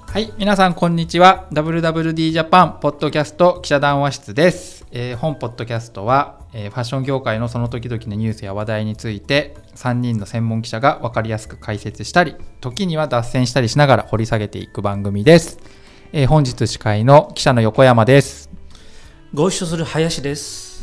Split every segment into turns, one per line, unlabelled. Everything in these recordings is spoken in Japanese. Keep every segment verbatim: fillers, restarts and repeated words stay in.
はい、皆さんこんにちは。 ダブリューダブリューディー ジャパンポッドキャスト記者談話室です、えー、本ポッドキャストは、えー、ファッション業界のその時々のニュースや話題についてさんにんの専門記者が分かりやすく解説したり、時には脱線したりしながら掘り下げていく番組です、えー、本日司会の記者の横山です。
ご一緒する林です。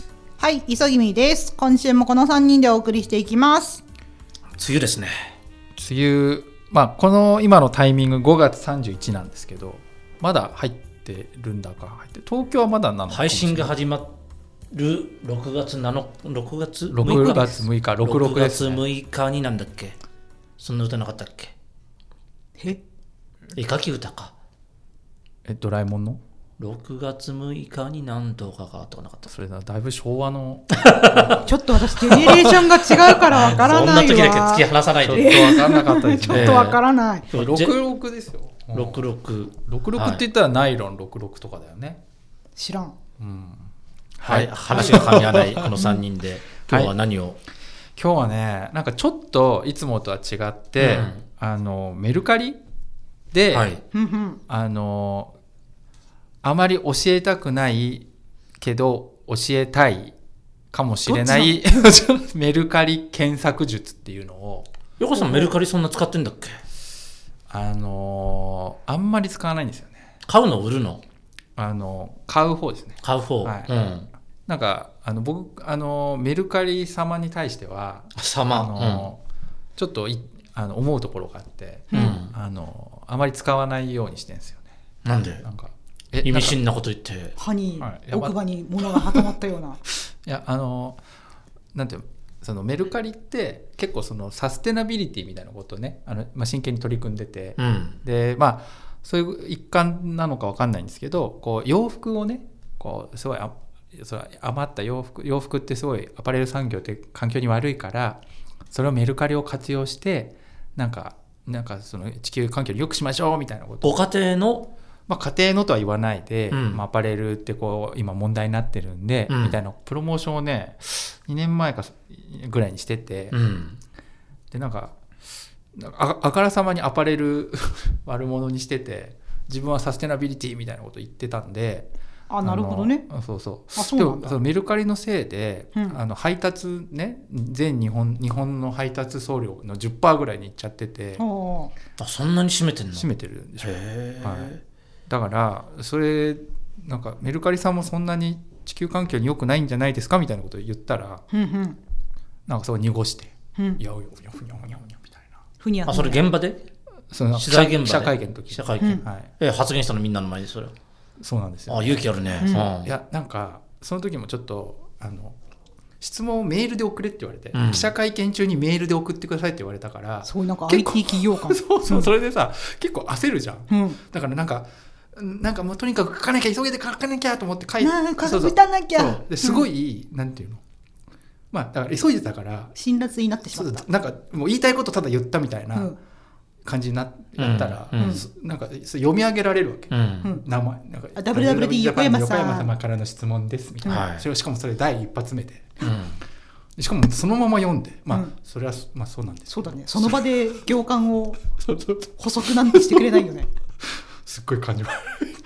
はい、磯君です。今週もこのさんにんでお送りしていきます。
梅雨ですね。
梅雨、まあ、この今のタイミングごがつさんじゅういちなんですけど、まだ入ってるんだか入って東京はまだなのかもしれない。
配信が始まるろくがつなのかろくがつ
ろくがつむいかろくろくですね。
ろくがつむいかになんだっけ。そんな歌なかったっけ。
え
絵描き歌か。
えドラえもんの
ろくがつむいかに何とかがとかなかった。
それだ、だいぶ昭和の
ちょっと私ジェネレーションが違うからわからないわ。
そんな時だけ突き放さないで。
ちょっとわかんなかったですね。
ちょっとわからない。
ろくろくですよ。
ろくろく
ろくろくって言ったらナイロンろくろくとかだよね。
知らん。
うん、
はい、話が噛み合わないこのさんにんで今日は何を、はい、
今日はね、なんかちょっといつもとは違って、うん、あのメルカリで、はい、あのあまり教えたくないけど教えたいかもしれないメルカリ検索術っていうのを。
横さんメルカリそんな使ってんだっけ。
あのー、あんまり使わないんですよね。
買うの売るの。あ
の買う方ですね。
買う方、
はい、
うん、
なんかあの僕あのメルカリ様に対しては
様、
あの、うん、ちょっといあの思うところがあって、
うん、
あのあまり使わないようにしてるんですよね。
なんで。
なんか
意味深なこと言って
歯に、はい、奥歯に物が挟まったような。
いやあのなんていうそのメルカリって結構そのサステナビリティみたいなことをね、あの、まあ、真剣に取り組んでて、
うん、
でまあそういう一環なのか分かんないんですけど、こう洋服をねこうすごいあそれ余った洋服洋服ってすごいアパレル産業って環境に悪いから、それをメルカリを活用してなんかなんかその地球環境を良くしましょうみたいなことを。
ご家庭の
まあ、家庭のとは言わないで、
うん
まあ、アパレルってこう今問題になってるんで、うん、みたいなプロモーションをねにねんまえかぐらいにしてて、
うん、
でなんか あ, あからさまにアパレル悪者にしてて、自分はサステナビリティみたいなこと言ってたんで。
あ、なるほどね。
そうそう
あ、そうなんだ。
でもそのメルカリのせいで、
うん、
あの配達ね全日本日本の配達送料の じゅっパーセント ぐらいにいっちゃってて。
あ、そんなに占めてんの。
占めてるんでしょ。
へー、
はい、だからそれなんかメルカリさんもそんなに地球環境に良くないんじゃないですかみたいなことを言ったら、
うんうん、
なんかそう濁して、
うん、
いやいやふにゃふにゃふにゃふにゃみたいな。
ふにゃふにゃ。
あ、それ現場で
その
取材現場で
記者会見の時。
記者会見、
うん、はい、
え発言したのみんなの前でそれ。
そうなんですよ、
あ、勇気あるね、
うん、
いやなんかその時もちょっとあの質問をメールで送れって言われて、うん、記者会見中にメールで送ってくださいって言われたから、
そういうなんか アイティー 企業感
そうそう、それでさ結構焦るじゃん、
うん、
だからなんかなんかもうとにかく書かなきゃ急げて書かなきゃと思って書いて、
なんか打たなきゃ
ですごい、うん、なんていうの、まあだから急いでたから
辛辣になってしまった。
なんかもう言いたいことただ言ったみたいな感じになったら、うん、なんか読み上げられるわけ、
うん、
名前なんか
ダブリューダブリューディー 横山さん、
横山様からの質問ですみたいな、
はい、
それをしかもそれ第一発目で、
うん、
しかもそのまま読んで、まあ、うん、それはまあそうなんです。
そうだね、その場で行間を補足なんてしてくれないよね。
すっごい感じ悪い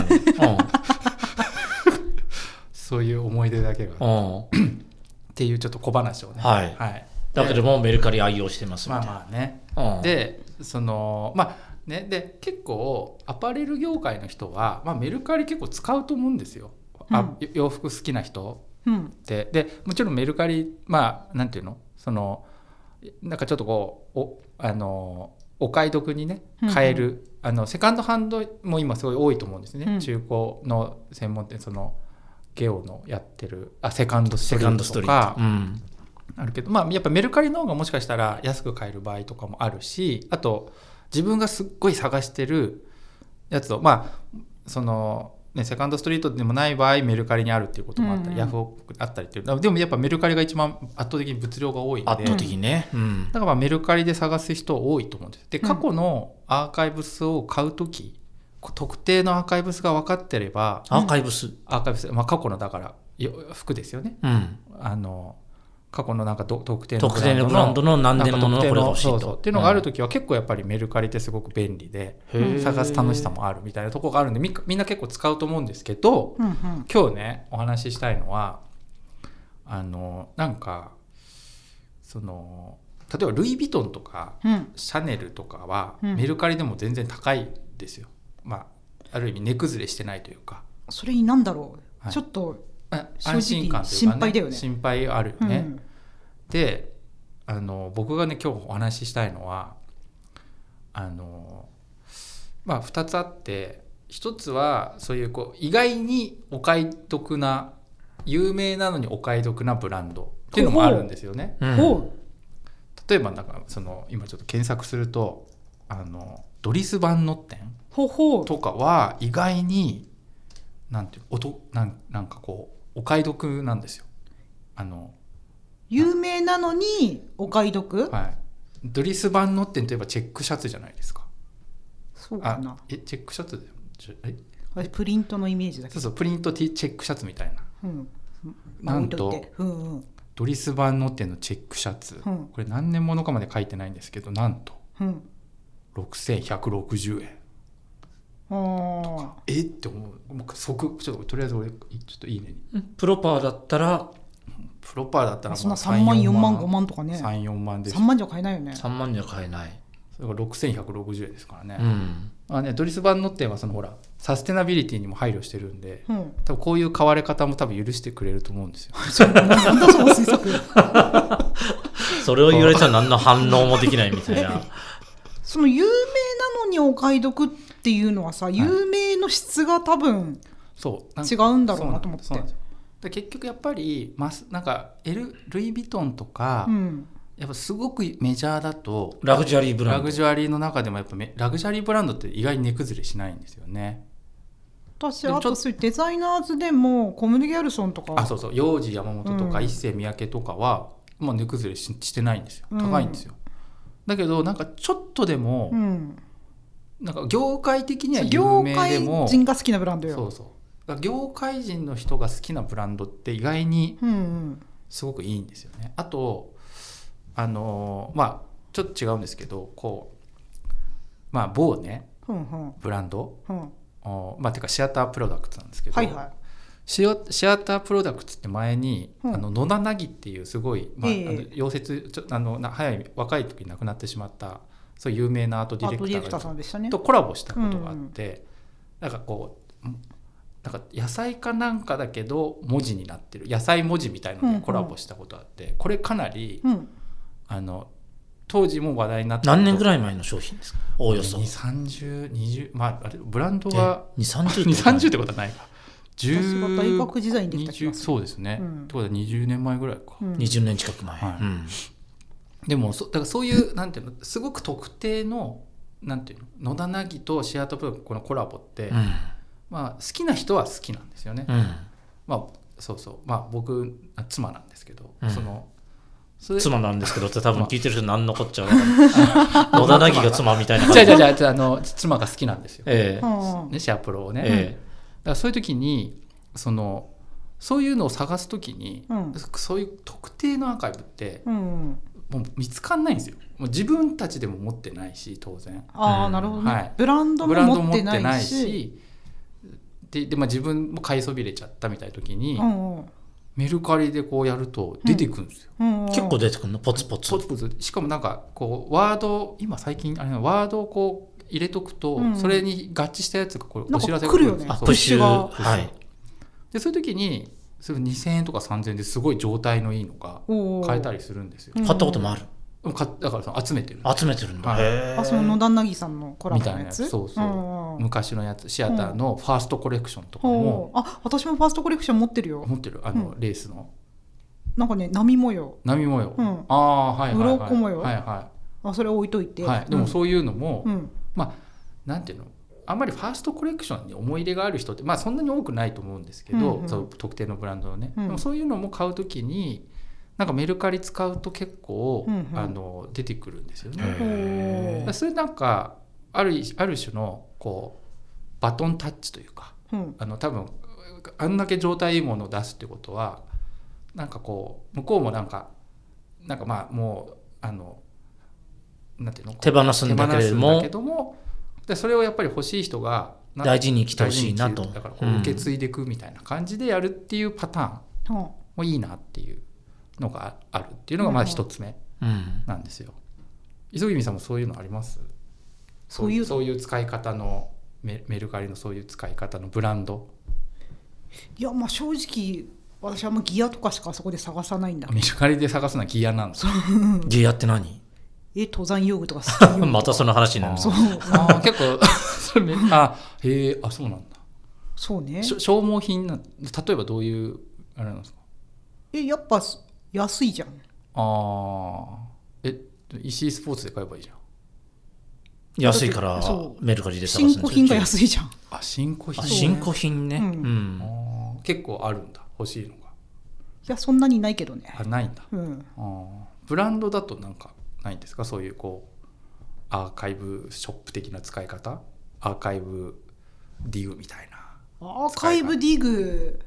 そういう思い出だけがっていうちょっと小話をね、
はいはい、だけどもメルカリ愛用してますみたいな。
まあまあね、うん、でそのまあね、で結構アパレル業界の人は、まあ、メルカリ結構使うと思うんですよ、うん、あ洋服好きな人って、うん、でもちろんメルカリまあなんていうのそのなんかちょっとこうおあのお買い得にね買える、うんうん、あのセカンドハンドも今すごい多いと思うんですね、うん、中古の専門店そのゲオのやってるあセカンドストリートとかあるけど、まあ、やっぱメルカリの方がもしかしたら安く買える場合とかもあるし、あと自分がすっごい探してるやつをまあそのね、セカンドストリートでもない場合メルカリにあるっていうこともあったり、うんうん、ヤフオクあったりっていう、でもやっぱメルカリが一番圧倒的に物量が多いんで、
圧倒的にね、うん、
だからまあメルカリで探す人多いと思うんです。で過去のアーカイブスを買うとき、うん、特定のアーカイブスが分かってれば、
アーカイブス
アーカイブス、まあ、過去のだから服ですよね、
うん、
あの過去のなんか特定の
特定のブランドの何年もののこれが欲しいと
そうそうっていうのがあるときは結構やっぱりメルカリってすごく便利で、うん、探す楽しさもあるみたいなところがあるんでみ、みんな結構使うと思うんですけど、うんうん、今日ねお話ししたいのはあのなんかその例えばルイ・ヴィトンとか、うん、シャネルとかはメルカリでも全然高いですよ、まあ、ある意味値崩れしてないというか。
それに何だろう、はい、ちょっと
安心感というか、ね、
心配だよね。
心配あるよね、うん、であの僕がね今日お話ししたいのはあの、まあ、ふたつあって、ひとつはそういう、こう意外にお買い得な有名なのにお買い得なブランドっていうのもあるんですよね。うん、例えばなんかその今ちょっと検索するとあのドリス・バンノッテンとかは意外になんていうおとなん、なんかこうお買い得なんですよ。あの
有名なのにお買い得、
はい、ドリス・バンノッテンといえばチェックシャツじゃないですか。
そうかな。
えチェックシャツ
えあれプリントのイメージだけど。
そうそうプリント T チェックシャツみたいな、うん
まあ、
なんと、
うんうん、
ドリス・バンノッテンのチェックシャツ、うん、これ何年ものかまで書いてないんですけどなんと、うん、ろくせんひゃくろくじゅうえんとかえって思う。もう即ちょっととりあえず俺ちょっといいねに
プロパーだったら
プロパーだったら
そんなさんまんよんまんごまんとかね。
さん、よんまんです。
さんまんじゃ買えないよね。
さんまんじゃ買えない。
それがろくせんひゃくろくじゅうえんですからね。うん、あねドリス・バンノッテンはそのほらサステナビリティにも配慮してるんで、うん、多分こういう買われ方も多分許してくれると思うんですよ。
なんだその推測。
それを言われたら何の反応もできないみたいな。
その有名なのにお買い得っていうのはさ、はい、有名の質が多分違うんだろうなと思って。そうなんですよ。
で結局やっぱりなんかエルルイ・ヴィトンとか、うん、やっぱすごくメジャーだと
ラグジュアリーブランド
ラグジュアリーの中でもやっぱラグジュアリーブランドって意外に値崩れしないんですよね。
私あとそういうデザイナーズでもコムデ・ギャルソンとか
あそうそうヨウジ・ヤマモトとか、うん、一世三宅とかはもう値崩れ し, してないんですよ。高いんですよ、うん、だけどなんかちょっとでも、うん、なんか業界的には有名でも
業界人が好きなブランドよ。
そうそう業界人の人が好きなブランドって意外にすごくいいんですよね、うんうん、あとあのまあちょっと違うんですけどこうまあ某ね、うんうん、ブランド、うん、まあてかシアタープロダクツなんですけど、はいはい、シ, シアタープロダクツって前に、うん、あの野田凪っていうすごい、まあ、えー、あの溶接ちょあの早い若い時に亡くなってしまったそういう有名なアートディレクターが、
さんでしたね、
とコラボしたことがあって、うん、なんかこうなんか野菜かなんかだけど文字になってる野菜文字みたいなのでコラボしたことあって、うんうん、これかなり、うん、あの当時も話題になって
何年ぐらい前の商品ですか。おおよそ
にじゅう、さんじゅう、にじゅう、まあ、あれブランドは
にじゅう、さんじゅう
にじゅう、さんじゅうってことはないか。
私が大学時代にできた気がする。
そうですね、うん、ってことはにじゅうねんまえぐらいか、
うん、にじゅうねん近く前、はい、うん、
でもそだからそういうなんていうのすごく特定のなんていうの野田凪とシアタープロこのコラボって、うん、まあ、好きな人は好きなんですよね、うん、まあそうそうまあ僕妻なんですけど、うん、その
それ妻なんですけどって多分聞いてる人何のこっちゃう野田凪が妻みたいな感じ。
じゃじゃじゃあの妻が好きなんですよ、えーね、シアプロをね、えー、だからそういう時にそのそういうのを探す時に、うん、そういう特定のアーカイブって、うん、もう見つかんないんですよ。もう自分たちでも持ってないし当然。
ああなるほどね、はい、ブランドも持ってないし
でで、まあ、自分も買いそびれちゃったみたいな時に、うんうん、メルカリでこうやると出てくるんですよ、
うんうん、結構出てくるのポツポツ
ポツポツ。しかもなんかこうワード今最近あれワードをこう入れとくと、うん、それに合致したやつがこうお知らせが
来るよね。
プッシュが、
はい、でそういう時にすぐにせんえんとかさんぜんえんですごい状態のいいのが買えたりするんですよ。
買ったこともある。
だからその集めてる
集めてるんだ、
はい、あその野田凪さんのコラボのやつ
そうそう、うん、昔のやつシアターのファーストコレクションとかも、
うん、あ私もファーストコレクション持ってるよ。
持ってるあの、うん、レースの
なんかね波模様
波模様、うん、ああはいはいはい
鱗模様、
はいはい、
あそれ置いといて、
はい、でもそういうのも、うん、まあなんていうのあんまりファーストコレクションに思い入れがある人って、まあ、そんなに多くないと思うんですけど、うんうん、そう特定のブランドのね、うん、でもそういうのも買うときになんかメルカリ使うと結構、うんうん、あの出てくるんですよね。それなんかある、ある種のこうバトンタッチというか、うん、あの多分あんだけ状態いいものを出すってことはなんかこう向こうもなんかなんかまあもうあのなんていうの
手放すんだけれども、
手放すんだけどもでそれをやっぱり欲しい人が
大事に生きてほしいなと、
だからこう受け継いでいくみたいな感じでやるっていうパターンもいいなっていうのがあるっていうのがまあ一つ目なんですよ。磯君さんもそういうのあります？そういうそういう使い方のメ, メルカリのそういう使い方のブランド。
いやまあ正直私はもうギアとかしかそこで探さないんだ。
メルカリで探すのはギアなんですか？
ギアって何？
え登山用具とかスキー用具とか
またその話になる。
そう
あ結構それあへえあそうなんだ。
そうね。
消耗品な例えばどういうあれなんですか？
えやっぱ安いじゃん。
あえ石井スポーツで買えばいいじゃん。
安いからメルカリで探すんですよ。
新古品が安いじゃん。
あ新古品、
ね、新古品ね、うん
うん、あ結構あるんだ欲しいのが。い
やそんなにないけどね。
あないんだ、
うん、
あブランドだとなんかないんですか？そういうこうアーカイブショップ的な使い方、アーカイブディグみたいな。
アーカイブディグ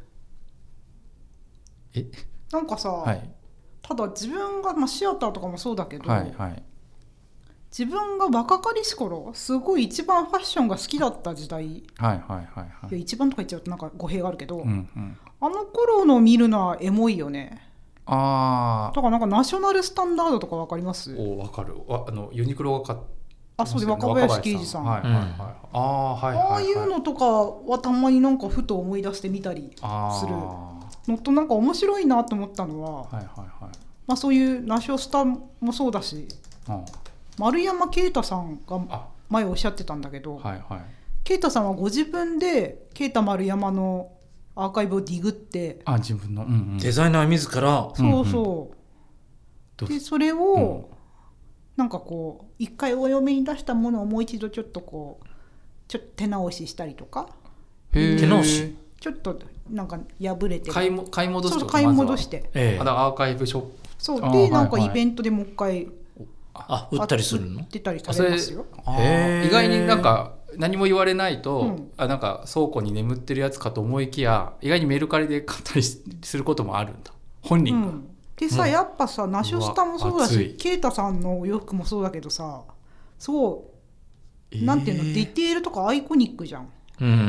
え
なんかさ、はい、ただ自分が、まあ、シアターとかもそうだけど、はいはい、自分が若かりし頃すごい一番ファッションが好きだった時代、はいはいはいはい、いや一番とか言っちゃうとなんか語弊があるけど、うんうん、あの頃の見るのはエモいよね。あだからなんかナショナルスタンダードとか分かります？
お分かる。あのユニクロが買って
あそうで若林圭司さん、はいはいはい、ああはいはいはい、ああいうのとかはたまになんかふと思い出してみたりするのとなんか面白いなと思ったのは、はいはいはいまあ、そういうナショスタもそうだし、うん、丸山啓太さんが前おっしゃってたんだけど、はいはい、啓太さんはご自分で啓太丸山のアーカイブをディグって
あ自分の、うんうん、
デザイナー自ら
そうそう、うんうん、でそれを、うんなんかこう一回お嫁に出したものをもう一度ちょっとこうちょっと手直ししたりとか
手直し
ちょっとなんか破れて
買いも買い戻して
そう買い戻して、
ええ、アーカイブショップ
そうでなんかイベントでもう一回
あ売ったりするの？売
ってたりされますよ。
へ意外になんか何も言われないと、うん、あなんか倉庫に眠ってるやつかと思いきや意外にメルカリで買ったりすることもあるんだ本人が、うんでさ、うん、やっぱさナショスタもそうだし啓太さんのお洋服もそうだけどさそう、えー、なんていうのディテールとかアイコニックじゃん、うんうん、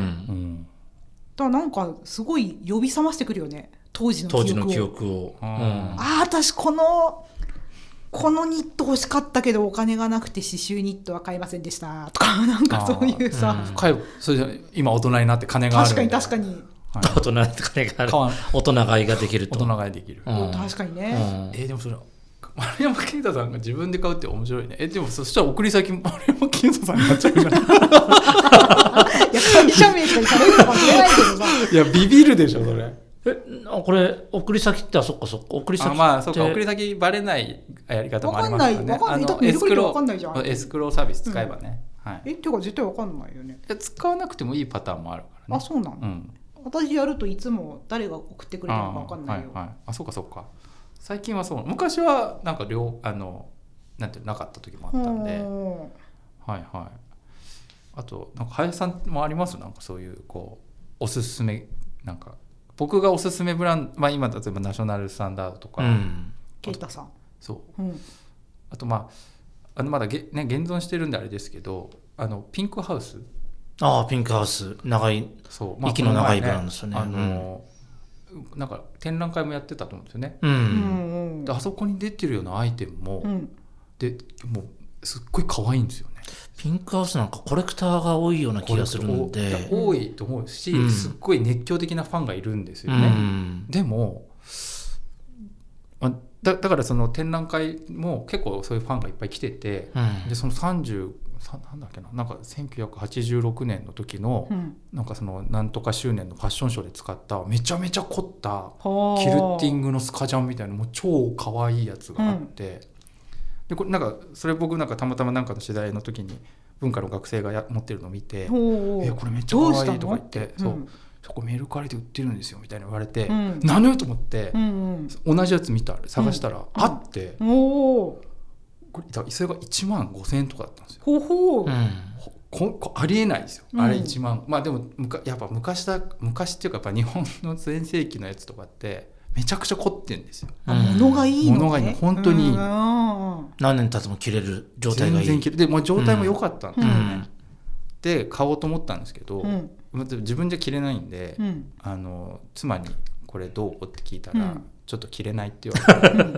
だからなんかすごい呼び覚ましてくるよね当時の記憶を、
当時の記憶を、うん、
ああ私このこのニット欲しかったけどお金がなくて刺繍ニットは買えませんでしたとかなんかそういうさ、うん、
それで今大人になって金がある
確かに確かに
はい、大人の金がある大人買いができると
大人買いできる、
うん、確かにね、
うん、えー、でもそれ丸山啓太さんが自分で買うって面白いね。えでもそしたら送り先丸山啓太さんになっちゃうからい
や会社名しか行かないのかもしれないけどさ
いやビビるでしょそれ。
えこれ送り先ってあそっかそっか送り先って
あまあそっか送り先バレないやり方もありますからね。
分かんない分かんないだってメルカリで分かんないじゃん。
エスクローサービス使えばね、
うんはい、えっていうか絶対分かんないよね。
いや使わなくてもいいパターンもあるからね。
あそうなの、うん私やるといつも誰が送ってくれるのか分かんないよ。
あ、はいはい、あそうかそうか。最近はそう昔はなんか両あのなんていうなかった時もあったんで、はいはい。あとなんか林さんもありますなんかそういうこうおすすめなんか僕がおすすめブランドまあ今例えばナショナルスタンダードとか、
啓太さん
そう、うん、あとまああのまだげね現存してるんであれですけどあのピンクハウス
ああピンクハウス長いそう、まあ、息の長いブランドですよね。あの、
うん、なんか展覧会もやってたと思うんですよね、うん、であそこに出てるようなアイテムも、うん、でもうすっごい可愛いんですよね。
ピンクハウスなんかコレクターが多いような気がするんで
多いと思うし、うん、すっごい熱狂的なファンがいるんですよね、うん、でもだ, だからその展覧会も結構そういうファンがいっぱい来てて、うん、でそのさんじゅうなんだっけななんかせんきゅうひゃくはちじゅうろくねんの時の、うん、なんかそのなんとか周年のファッションショーで使っためちゃめちゃ凝ったキルティングのスカジャンみたいなもう超可愛いやつがあって、うん、でこれなんかそれ僕なんかたまたまなんかの取材の時に文化の学生がや持ってるのを見てえこれめっちゃ可愛いとか言ってそう、うん、そこメルカリで売ってるんですよみたいな言われて、うん、何よと思って、うんうん、同じやつ見た探したら、うん、あって、うん、おこれそれがいちまんごせんえんとかだったんですよ。ほほう、うん、ここありえないですよ、うん、あれいちまんまあでもやっぱ昔だ昔っていうかやっぱ日本の全盛期のやつとかってめちゃくちゃ凝ってるんですよ。
うん、物がいいのね。
物がいいの本当にいい。
何年経つも着れる状態がいい。
全然着れる。でもう状態も良かったんですよね、うん、で買おうと思ったんですけど、うん、自分じゃ着れないんで、うん、あの妻にこれどうって聞いたら、うん、ちょっと着れないって言われて、うん、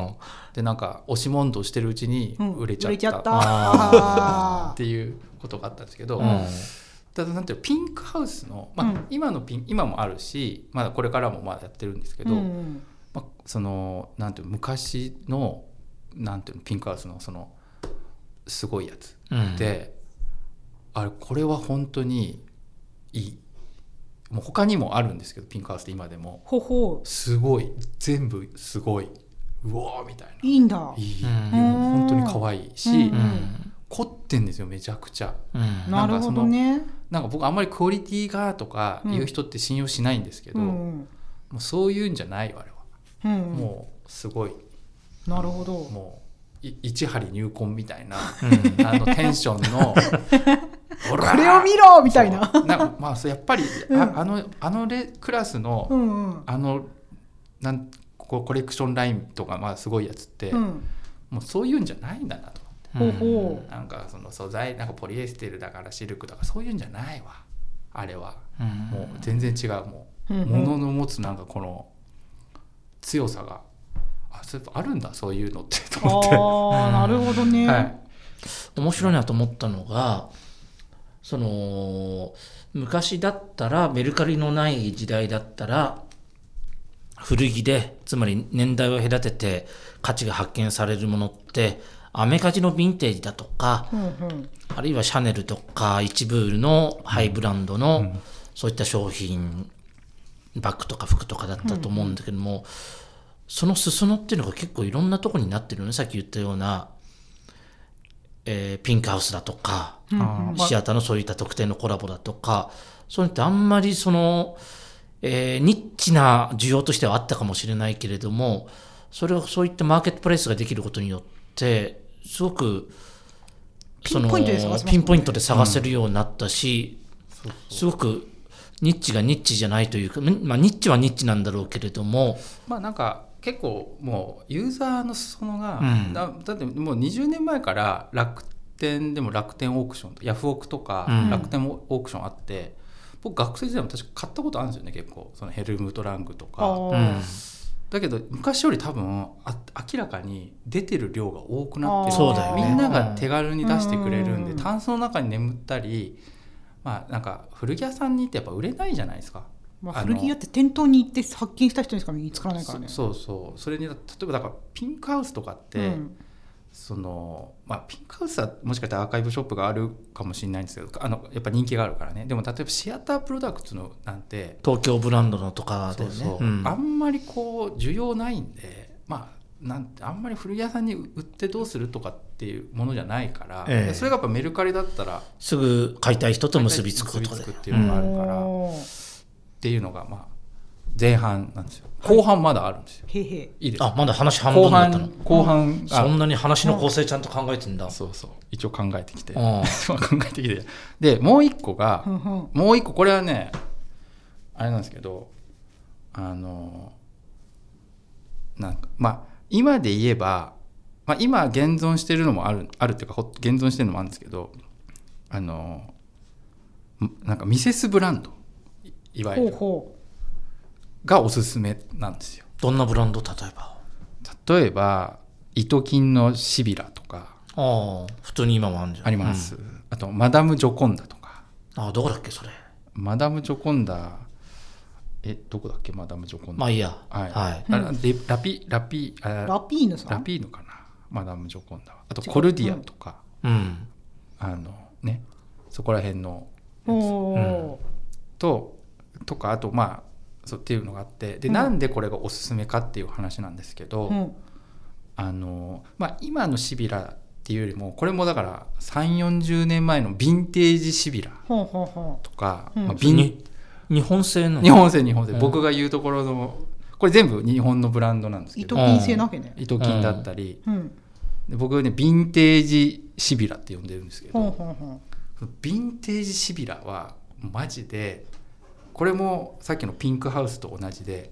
でなんか押し問答してるうちに売れちゃった、うん、売れちゃったっていうことがあったんですけど、うん、ただなんていうピンクハウスの、まあうん、今のピン今もあるし、まだこれからもまだやってるんですけど、うんまあ、そのなんていう昔のなんていうのピンクハウスのそのすごいやつで、うん、あれこれは本当にいい。もう他にもあるんですけどピンクハウスって今でも
ほほ
すごい全部すごいうわーみたいない
いんだ
いい、うん、本当に可愛いし、うん、凝ってんですよめちゃくちゃ、
うん、なるほどね。
なんか僕あんまりクオリティがとかいう人って信用しないんですけど、うん、もうそういうんじゃないあれは、うん、もうすごい
なるほど
もう一針入魂みたいな、うん、あのテンションの
これを見ろみたいな
な、まあ、やっぱり、うん、あ, あのあのレクラスの、うんうん、あのなんこコレクションラインとか、まあ、すごいやつって、うん、もうそういうんじゃないんだなと思って、うん、なんかその素材なんかポリエステルだからシルクだからそういうんじゃないわあれは、うん、もう全然違うもう、うん、物の持つなんかこの強さがあそうあるんだそういうのってと思って。
あなるほどね、はい、
面白いなと思ったのがその昔だったらメルカリのない時代だったら古着でつまり年代を隔てて価値が発見されるものってアメカジのヴィンテージだとか、うんうん、あるいはシャネルとか一部のハイブランドの、うん、そういった商品バッグとか服とかだったと思うんだけども、うんうん、その裾野っていうのが結構いろんなところになってるのね。さっき言ったようなえー、ピンクハウスだとか、うんうん、シアターのそういった特定のコラボだとか、そういうのってあんまりその、えー、ニッチな需要としてはあったかもしれないけれども、それをそういったマーケットプレイスができることによってすごくそのピンポイントで探せるようになったし、うん、すごくニッチがニッチじゃないというか、まあ、ニッチはニッチなんだろうけれども、
まあなんか結構もうユーザーの裾野が、うん、だ, だってもうにじゅうねんまえから楽天でも楽天オークションヤフオクとか楽天オークションあって、うん、僕学生時代も確か買ったことあるんですよね結構そのヘルムトラングとか、うん、だけど昔より多分あ明らかに出てる量が多くなってる。
そうだよね、
みんなが手軽に出してくれるんで、うん、タンスの中に眠ったり、まあなんか古着屋さんに行ってやっぱ売れないじゃないですか。
まあ、古着屋って店頭に行って発見した人にしか見つからないからね。
そうそうそれに例えばだからピンクハウスとかって、うん、そのまあ、ピンクハウスはもしかしたらアーカイブショップがあるかもしれないんですけどあのやっぱ人気があるからね。でも例えばシアタープロダクツのなんて
東京ブランドのとかでね、そうそう、うん、
あんまりこう需要ないんで、まあなんてあんまり古着屋さんに売ってどうするとかっていうものじゃないから、ええ、それがやっぱメルカリだったら
すぐ買いたい人と結びつくことで
っていうのがあるから、うん、っていうのがまあ前半なんですよ。後半まだあるんですよ。
へへ
いいですか。あまだ話半分だったの。
後半、後半
そんなに話の構成ちゃんと考えてんだ。
うん、そうそう一応考えてきて考えてきてでもう一個がもう一個これはねあれなんですけどあのなんかまあ今で言えば、まあ、今現存してるのもあるあるっていうか現存してるのもあるんですけどあのなんかミセスブランドいわゆるほうほうがおすすめなんですよ。
どんなブランド？例えば
例えば糸金のシビラとか。
ああ普通に今もあるんじゃん。
あります、うん、あとマダム・ジョコンダとか。
ああどこだっけそれ。
マダム・ジョコンダえどこだっけマダム・ジョコンダ。
まあいいや、
はいはい、あでラピラピあ
ラピーヌさん
ラピーヌかなマダム・ジョコンダは。あとコルディアとか、うん、あのねそこら辺のやつ、うん、ととかあとまあそうっていうのがあってで、うん、なんでこれがおすすめかっていう話なんですけど、うん、あのまあ今のシビラっていうよりもこれもだからさんじゅうよんじゅうねんまえのヴィンテージシビラとか、
うんまあ、ビン日本製の
日本製日本製、うん、僕が言うところのこれ全部日本のブランドなんですけど
糸金製なわけね。
糸金だったり、うん、で僕ねヴィンテージシビラって呼んでるんですけど、うん、ヴィンテージシビラはマジでこれもさっきのピンクハウスと同じで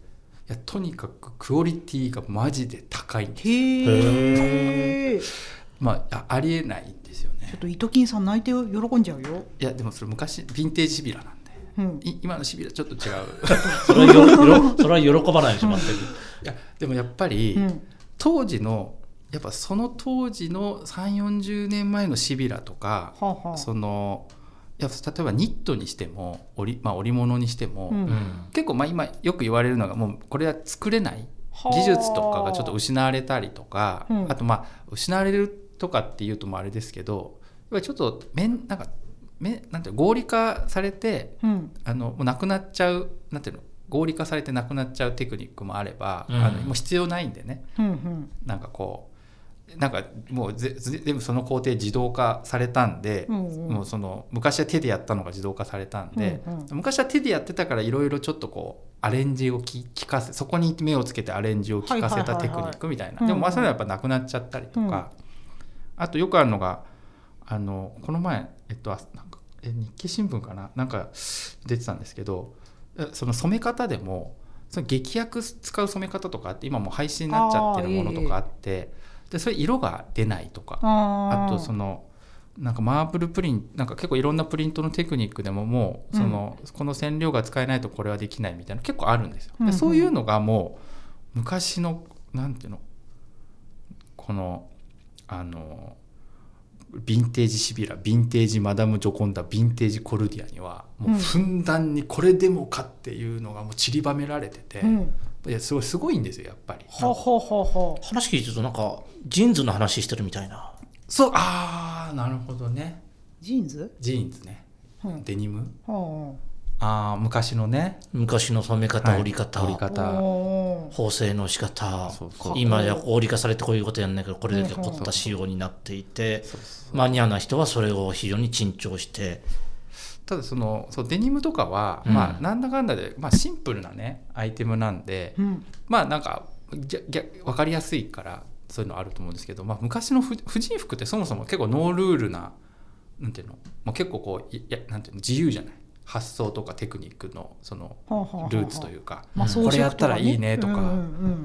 やとにかくクオリティがマジで高いんですよ。
へー
まあ、ありえないんですよね。
ちょっとイトキンさん泣いて喜んじゃうよ。
いやでもそれ昔ヴィンテージシビラなんで、うん、今のシビラちょっと違う
それはよそれは喜ばないでしょ、全く。い
やでもやっぱり、うん、当時のやっぱその当時のさんじゅうよんじゅうねんまえのシビラとか、はあはあ、そのや例えばニットにしても織、まあ、織物にしても、うん、結構まあ今よく言われるのがもうこれは作れない技術とかがちょっと失われたりとか、うん、あとまあ失われるとかっていうともあれですけど、やっぱりちょっと面なんかめなんていう合理化されて、うん、あのもうなくなっちゃうなんていうの合理化されてなくなっちゃうテクニックもあれば、うん、あのもう必要ないんでね、うんうん、なんかこうなんかもうぜ全部その工程自動化されたんで、うんうん、もうその昔は手でやったのが自動化されたんで、うんうん、昔は手でやってたからいろいろちょっとこうアレンジをき聞かせそこに目をつけてアレンジを聞かせたテクニックみたいな、はいはいはいはい、でもまあそれはやっぱなくなっちゃったりとか、うん、あとよくあるのがあのこの前、えっと、なんかえ日経新聞かななんか出てたんですけど、その染め方でもその劇薬使う染め方とかあって今もう廃止になっちゃってるものとかあってでそれ色が出ないとか あ, あとそのなんかマーブルプリンなんか結構いろんなプリントのテクニックでももうその、うん、この染料が使えないとこれはできないみたいな結構あるんですよ、うんうん、でそういうのがもう昔のなんていうのこのあのヴィンテージシビラヴィンテージマダムジョコンダヴィンテージコルディアにはもうふんだんにこれでもかっていうのがもう散りばめられてて、うん、いやすごいすごいんですよやっぱり。
はははは
話聞いてるとなんかジーンズの話してるみたいな。
そうあーなるほどね。
ジーンズ
ジーンズね、うん、デニム、
は
ああ昔のね
昔の染め方、はい、織り方
織り方
縫製の仕方そうそう今や合理化されてこういうことやんないけどこれだけ凝った仕様になっていて、そうそうマニアな人はそれを非常に珍重して。
ただそのそうデニムとかは、うんまあ、なんだかんだで、まあ、シンプルなねアイテムなんで、うん、まあなんかぎゃぎゃ分かりやすいからそういうのあると思うんですけど、まあ、昔の婦人服ってそもそも結構ノールールななんていうの、まあ、結構こういやなんていうの自由じゃない発想とかテクニックのそのルーツというか、はあはあはあ、これやったらいいねとか、うんうんうん、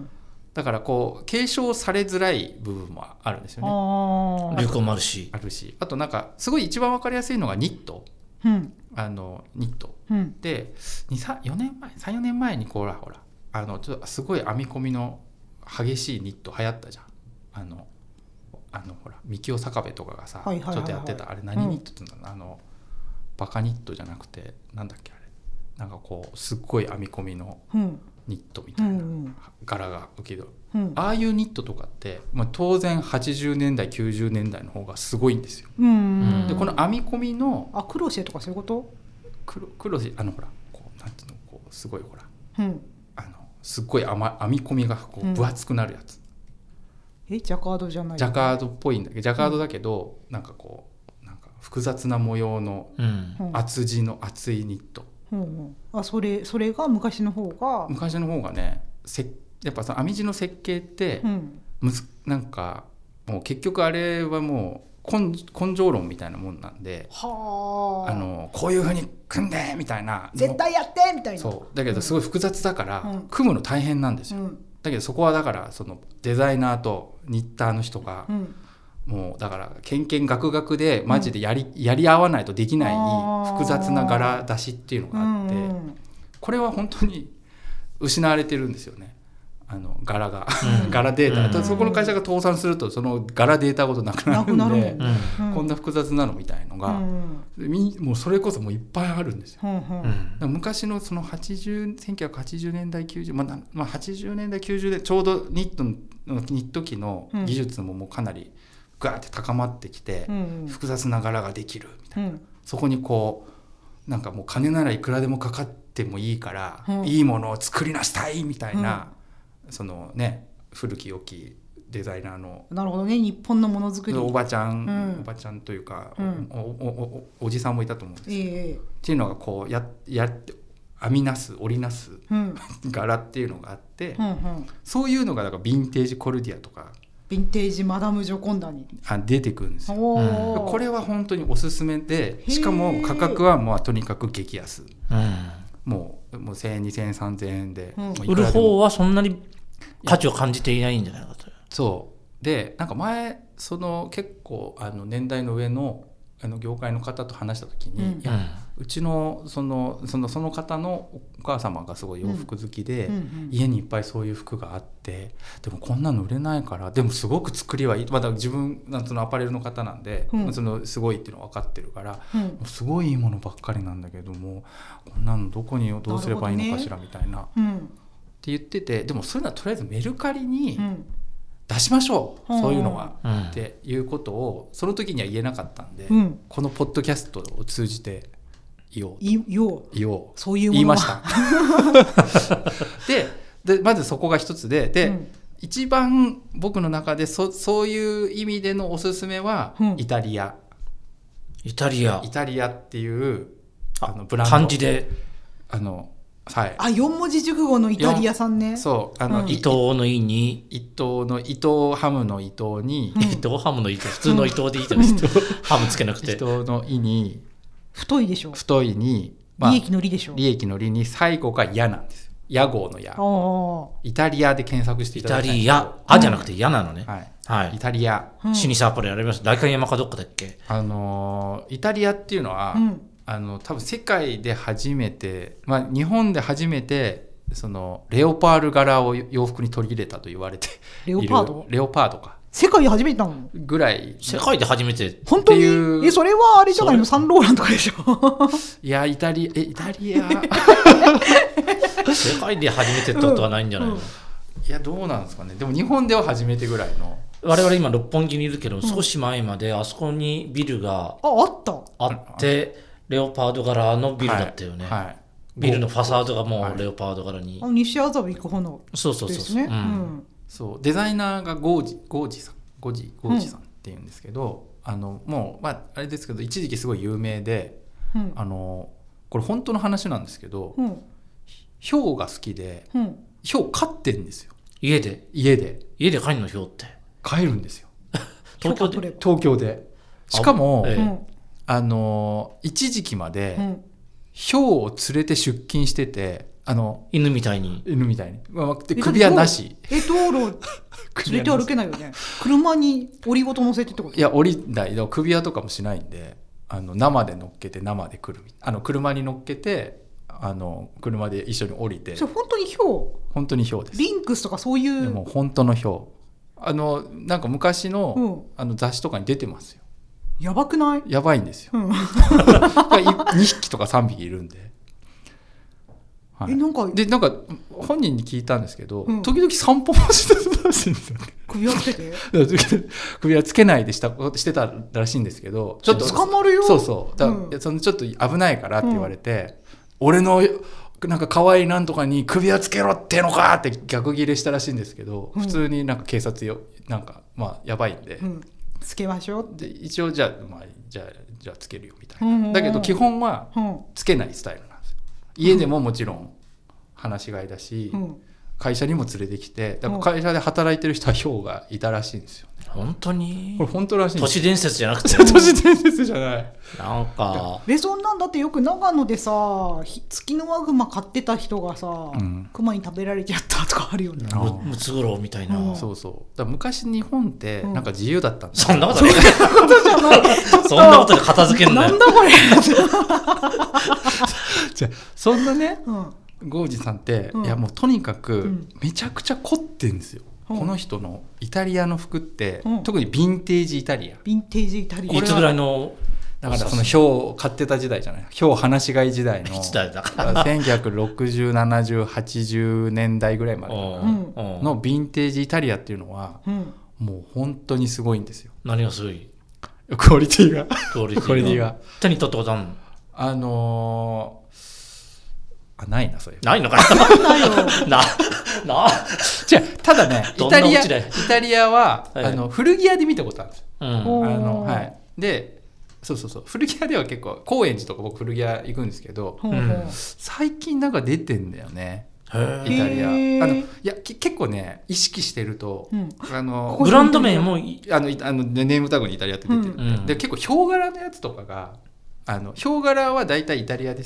だからこう継承されづらい部分もあるんですよね。
流行もあるし
あるしあとなんかすごい一番分かりやすいのがニット、うん、あのニット、うん、でよねんまえさんよねんまえにこうほらほらあのちょっとすごい編み込みの激しいニット流行ったじゃん。あのあのほら三清坂部とかがさ、はいはいはいはい、ちょっとやってたあれ何ニットって言うんだろう、うん、あのバカニットじゃなくてなんだっけあれなんかこうすっごい編み込みのニットみたいな柄が浮きどる、うん、ああいうニットとかって、まあ、当然はちじゅうねんだいきゅうじゅうねんだいの方がすごいんですよ。うんうんでこの編み込みの
あクロシェとかそういうこと
クロ、クロシェあのほらこうなんていうのこうすごいほら、うん、あのすっごい編み込みがこう分厚くなるやつ、
うん、えジャカードじゃない
ジャカードっぽいんだけどジャカードだけど、うん、なんかこう複雑な模様の厚地の厚いニット、
うんうん、あそれそれが昔の方が
昔の方がねせやっぱその編み地の設計って、うん、むずなんかもう結局あれはもう根, 根性論みたいなもんなんではあのこういう風に組んでみたいな
絶対やってみたいな
そうだけどすごい複雑だから、うん、組むの大変なんですよ、うん、だけどそこはだからそのデザイナーとニッターの人が、うんもうだからけんけんがくがくでマジでやり、うん、やり合わないとできない複雑な柄出しっていうのがあって、うん、これは本当に失われてるんですよねあの柄が、うん、柄データ、うん、そこの会社が倒産するとその柄データごとなくなるんで、うん、こんな複雑なのみたいのが、うん、もうそれこそもういっぱいあるんですよ、うんうん、昔のそのはちじゅうせんきゅうひゃくはちじゅうねんだいきゅうじゅう、まあまあ、はちじゅうねんだいきゅうじゅうでちょうどニットのニット機の技術ももうかなりガーって高まってきて、うん、複雑な柄ができるみたいな、うん、そこにこうなんかもう金ならいくらでもかかってもいいから、うん、いいものを作りなさいみたいな、うん、そのね古き良きデザイナーの
なるほどね日本のものづくり
おばちゃん、うん、おばちゃんというか、うん、お, お, お, おじさんもいたと思うんですけど、えー、っていうのがこうややって編みなす織りなす、うん、柄っていうのがあって、うんうん、そういうのがだからヴィンテージコルディアとか
ヴィンテージマダムジョコンダに
あ出てくるんですよ、うん、これは本当におすすめでしかも価格はもうとにかく激安、うん、もうもうせんえんにせんえんさんぜんえんで、
うん、売る方はそんなに価値を感じていないんじゃないかと。
そうでなんか前その結構あの年代の上のあの業界の方と話した時に、うん、いやうちのそのそのその方のお母様がすごい洋服好きで、うんうんうん、家にいっぱいそういう服があってでもこんなの売れないからでもすごく作りはいいまだ自分そのアパレルの方なんで、うん、そのすごいっていうの分かってるから、うん、もうすごいいいものばっかりなんだけどもこんなのどこにどうすればいいのかしらみたいな、うん、って言っててでもそういうのはとりあえずメルカリに、うん出しましょう、うん、そういうのは、うん、っていうことをその時には言えなかったんで、うん、このポッドキャストを通じて言おう
言おう
言おう
そういうもの
言いましたで, でまずそこが一つでで、うん、一番僕の中で そ, そういう意味でのおすすめは、うん、イタリア
イタリア
イタリアっていうあのブランド
漢字で
あのはい、
あよん文字熟語のイタリアさんね
そうあの、
うん、伊藤の伊に
伊藤の伊藤ハムの伊藤に、
うん、伊藤ハムの伊藤普通の伊藤でいいじゃないですか、うん、ハムつけなくて
伊藤の伊に
太いでしょ
太いに、
まあ、利益の利でしょ
利益の利に最後が矢なんですよ屋号の矢イタリアで検索していただきたい
イタリアあじゃなくて矢なのね、
はいはい、イタリア、
うん、老舗アパレルあります代官山かどっかだっけ
あのー、イタリアっていうのは、うんあの多分世界で初めて、まあ、日本で初めてそのレオパール柄を洋服に取り入れたと言われている
レオパード
レオパードか
世界で初めてなの
ぐらい
世界で初めて
本当にえそれはあれじゃないのサンローランとかでしょ
いやイタリアえイタリア
世界で初めてってことはないんじゃないの、うんうん、
いやどうなんですかねでも日本では初めてぐらいの
我々今六本木にいるけど、うん、少し前まであそこにビルが
ああった
あってレオパード柄のビルだったよね、はいはい、ビルのファサードがもうレオパード柄に、
はい、西麻布行く方の
そうそうそう
ですね、うん、
そうデザイナーがゴージゴージさんゴージゴージさんっていうんですけど、うん、あのもうまああれですけど一時期すごい有名で、うん、あのこれ本当の話なんですけど、うん、ヒョウが好きで、うん、ヒョウ飼ってんですよ
家で
家で
家で飼えるのヒョウって
飼えるんですよ
東京で
東京でしかも、ええあの一時期まで、うん、ヒョウを連れて出勤しててあの
犬みたいに
犬みたいに、まあ、で首輪なし
え道路連れて歩けないよね車に檻ごと乗せてってこと
いや檻ない首輪とかもしないんであの生で乗っけて生で来るあの車に乗っけてあの車で一緒に降りて
それ本当にヒョウ
本当にヒョウです
リンクスとかそういう
でも本当のヒョウあのなんか昔 の,、うん、あの雑誌とかに出てますよ
やばくない
やばいんですよ、うん、にひきとかさんびきいるんで、はい、えなんかでなんか本人に聞いたんですけど、うん、時々散歩もしてたらしいんですよね
首輪つけて
首輪つけないでしたしてたらしいんですけどちょっと
捕まるよ
そうそうだ、うん、そのちょっと危ないからって言われて、うん、俺のなんか可愛いなんとかに首輪つけろってのかって逆ギレしたらしいんですけど、うん、普通になんか警察よなんかまあやばいんで、うん
つけましょう
で一応じゃあ、まあ、じゃあじゃあつけるよみたいな、うんうん、だけど基本はつけないスタイルなんですよ、うん、家でももちろん放し飼いだし、うん、会社にも連れてきてだから会社で働いてる人はヒョウがいたらしいんですよね
本当に
これ本当らしいんです
都市伝説じゃなくて
都市伝説じゃない
なんか
レゾンなんだってよく長野でさツキノワグマ飼ってた人がさ、うん、クマに食べられちゃったとかあるよね
ムツゴロウみたいな、
うん、そうそうだ昔日本ってなんか自由だったんだ、
うん、そんなことない
そんなことじゃない
そんなことで片付けんなよ
なんだこれ
じゃあそんなね、うんゴージさんって、うん、いやもうとにかくめちゃくちゃ凝ってるんですよ、うん、この人のイタリアの服って、うん、特にヴィンテージイタリア
ヴィンテージイタリア
いつぐらいの
だからそのヒョウを買ってた時代じゃないヒョウ放し飼い時代の
いつだだから
せんきゅうひゃくろくじゅう、ななじゅう、はちじゅうねんだいぐらいまでのヴィンテージイタリアっていうのは、うん、もう本当にすごいんですよ
何がすごい
クオリティが
クオリティが手に取ったことあるの
あのーあないなそれ
ないのかななな
じゃただねイタリアイタリアは、はい、あの古着屋で見たことあるんですよ、うん、あのはい、でそうそうそう古着屋では結構高円寺とか僕古着屋行くんですけど、うん、最近なんか出てんだよねイタリアあのいや結構ね意識してると、うん、あの
ブランド名も
あのあのネームタグにイタリアって出てる、うん、で結構ヒョウ柄のやつとかがあのヒョウ柄は大体イタリアですよ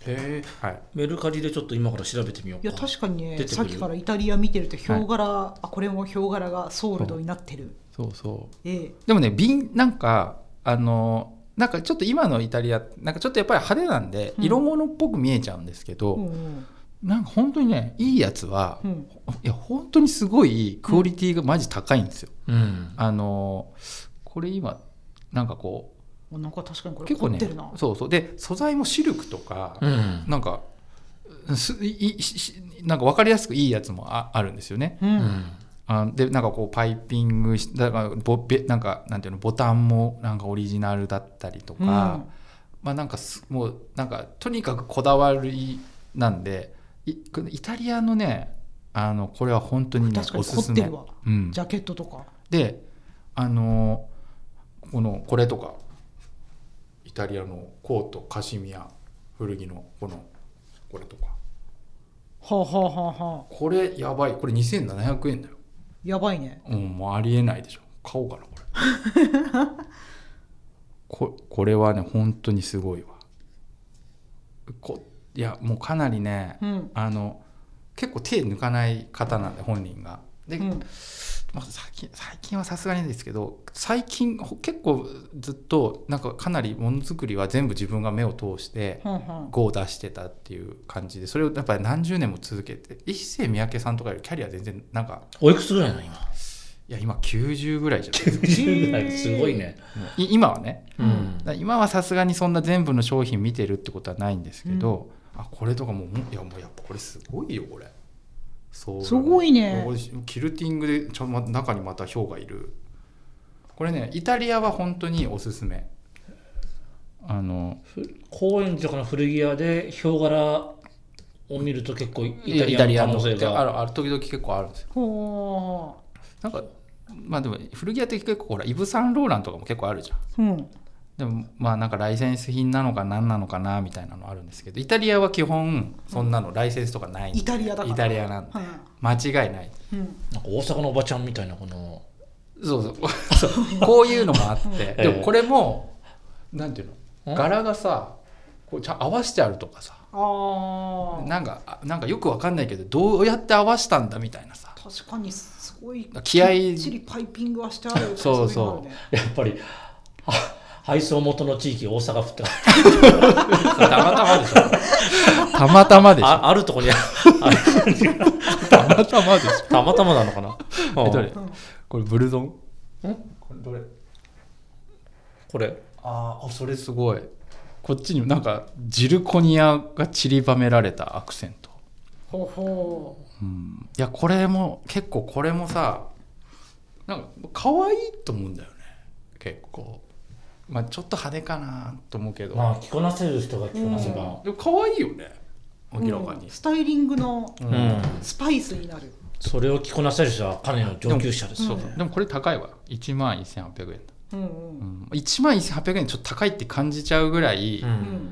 へえ、はい、メルカリでちょっと今から調べてみようか。
いや確かにね、さっきからイタリア見てるとヒョウ柄、はい、あこれもヒョウ柄がソールドになってる。
そうそう、
ええ、
でもね瓶なんかあのなんかちょっと今のイタリアなんかちょっとやっぱり派手なんで、うん、色物っぽく見えちゃうんですけど、うん、なんか本当にねいいやつは、うん、いや本当にすごいクオリティがマジ高いんですよ、うん、あのこれ今なんかこ
うなんか確かにこれ凝ってるな、
結構ね、そうそうで素材もシルクとか、うん、なんかすいなんか分かりやすくいいやつも あ, あるんですよね、うん、あでなんかこうパイピングしだからボなんかなんていうのボタンもなんかオリジナルだったりとか、うん、まあなんかもうなんかとにかくこだわりなんで イ, イタリアのねあのこれは本当にね
確かに凝ってるわ、うん、ジャケットとか
であのこのこれとかイタリアのコートカシミヤ古着のこのこれとか
はあはあはあはあ
これやばいこれにせんななひゃくえんだよ。
やばいね。
うん、もうありえないでしょ。買おうかなこれこ, これはね本当にすごいわこいやもうかなりね、うん、あの結構手抜かない方なんで本人がで、うんまあ、最近、最近はさすがにですけど最近結構ずっとなんかかなりものづくりは全部自分が目を通してゴー出してたっていう感じでそれをやっぱり何十年も続けて一世三宅さんとかよりキャリア全然なんか
おいくつぐらいなの今。
いや今きゅうじゅうぐらいじゃないですか。
きゅうじゅうぐらいすごいね。
今はね、うん、だ今はさすがにそんな全部の商品見てるってことはないんですけど、うん、あこれとかもいやもうやっぱこれすごいよこれ。そう
すごいね。
キルティングでちょ中にまたヒョウがいる。これねイタリアは本当におすすめ。あの
高円寺とかの古着屋でヒョウ柄を見ると結構イタリアの可能性が
あるある時々結構あるんですよ。
ほ
ーなんかまあでも古着屋って結構ほらイヴ・サンローランとかも結構あるじゃん、うん、でもまあなんかライセンス品なのか何なのかなみたいなのあるんですけどイタリアは基本そんなのライセンスとかないんで、
イタリアだから
イタリアなんで、うん、間違いない、
うん、なんか大阪のおばちゃんみたいなこの
そうそうそうこういうのもあってでもこれもなんていうの柄がさこうちゃ合わせてあるとかさあなんかなんかよくわかんないけどどうやって合わせたんだみたいなさ
確かにすごい
気合
きっちりパイピングはしてある
そうそう、ね、
やっぱり配送元の地域大阪府って
たまたまでしょたまたまでしょ あ,
あるとこにあ
たまたまでしょ
たまたまなのかな
えどれ、うん、これブルゾンんこれどれ
これ
ああそれすごいこっちにもなんかジルコニアが散りばめられたアクセント
ほうほ
う、うん、いやこれも結構これもさなんか可愛いと思うんだよね結構まあちょっと派手かなと思うけど
まあ着こなせる人が着こなせば、
うん、でも可愛いよね明らかに、
うん、スタイリングのスパイスになる、うん、
それを着こなせる人は彼の上級者です
よ、
ね、
でもこれ高いわいちまんせんはっぴゃくえんだうんうんうん、いちまんせんはっぴゃくえんちょっと高いって感じちゃうぐらい、うん、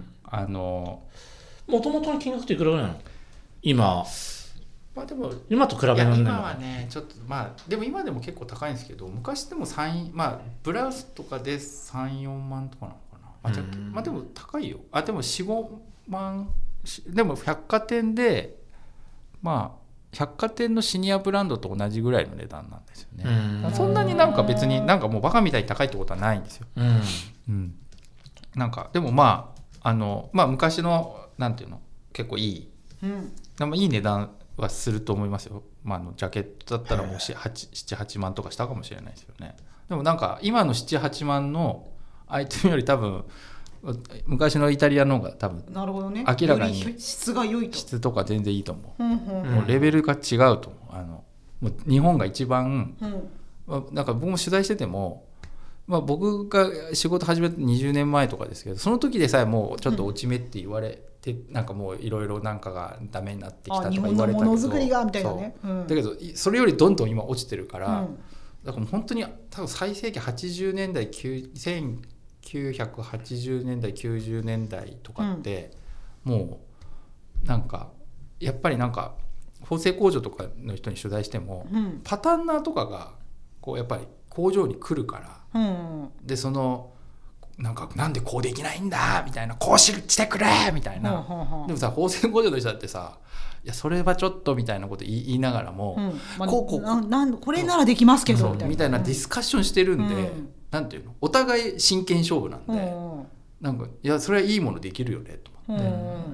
あの
もともとの金額っていくらぐらいなの今、
まあ、でも
今と比べるの
今はねちょっとまあでも今でも結構高いんですけど昔でもさんまあブラウスとかでさん、よんまんとかなのかな、まあ、うん、まあでも高いよあでもよん、ごまんでも百貨店でまあ百貨店のシニアブランドと同じぐらいの値段なんですよね。うんそんなになんか別になんかもうバカみたいに高いってことはないんですよ。うんうん、なんかでもまああのまあ昔のなんていうの結構いい、うん、でもいい値段はすると思いますよ。まあ、あのジャケットだったらもうなな、はちまんとかしたかもしれないですよね。でもなんか今のなな、はちまんのアイテムより多分昔のイタリアの方が多分
なるほど、ね、
明らかに
質が良いと
質とか全然いいと思う、
うんうんうん、
もうレベルが違うと思うあのもう日本が一番、うん、なんか僕も取材してても、まあ、僕が仕事始めたにじゅうねんまえとかですけどその時でさえもうちょっと落ち目って言われて、うん、なんかもういろいろなんかがダメになってきたとか言われたけど日本のものづくりがみたいなね、うん、だけどそれよりどんどん今落ちてるから、うん、だからもう本当に多分最盛期はちじゅうねんだいせんきゅうひゃくはちじゅうねんだいきゅうじゅうねんだいとかって、うん、もうなんかやっぱりなんか縫製工場とかの人に取材しても、うん、パタンナーとかがこうやっぱり工場に来るから、うん、でそのなんかなんでこうできないんだみたいな、こうししてくれみたいな、うん、でもさ縫製工場の人だってさ、いやそれはちょっとみたいなこと言い、言いながらも、うんまあ、こうこうな
なんこれならできますけどみたいな、
みたいなディスカッションしてるんで、うん、なんていうの、お互い真剣勝負なんで、うん、なんかいやそれはいいものできるよねと思って、うん、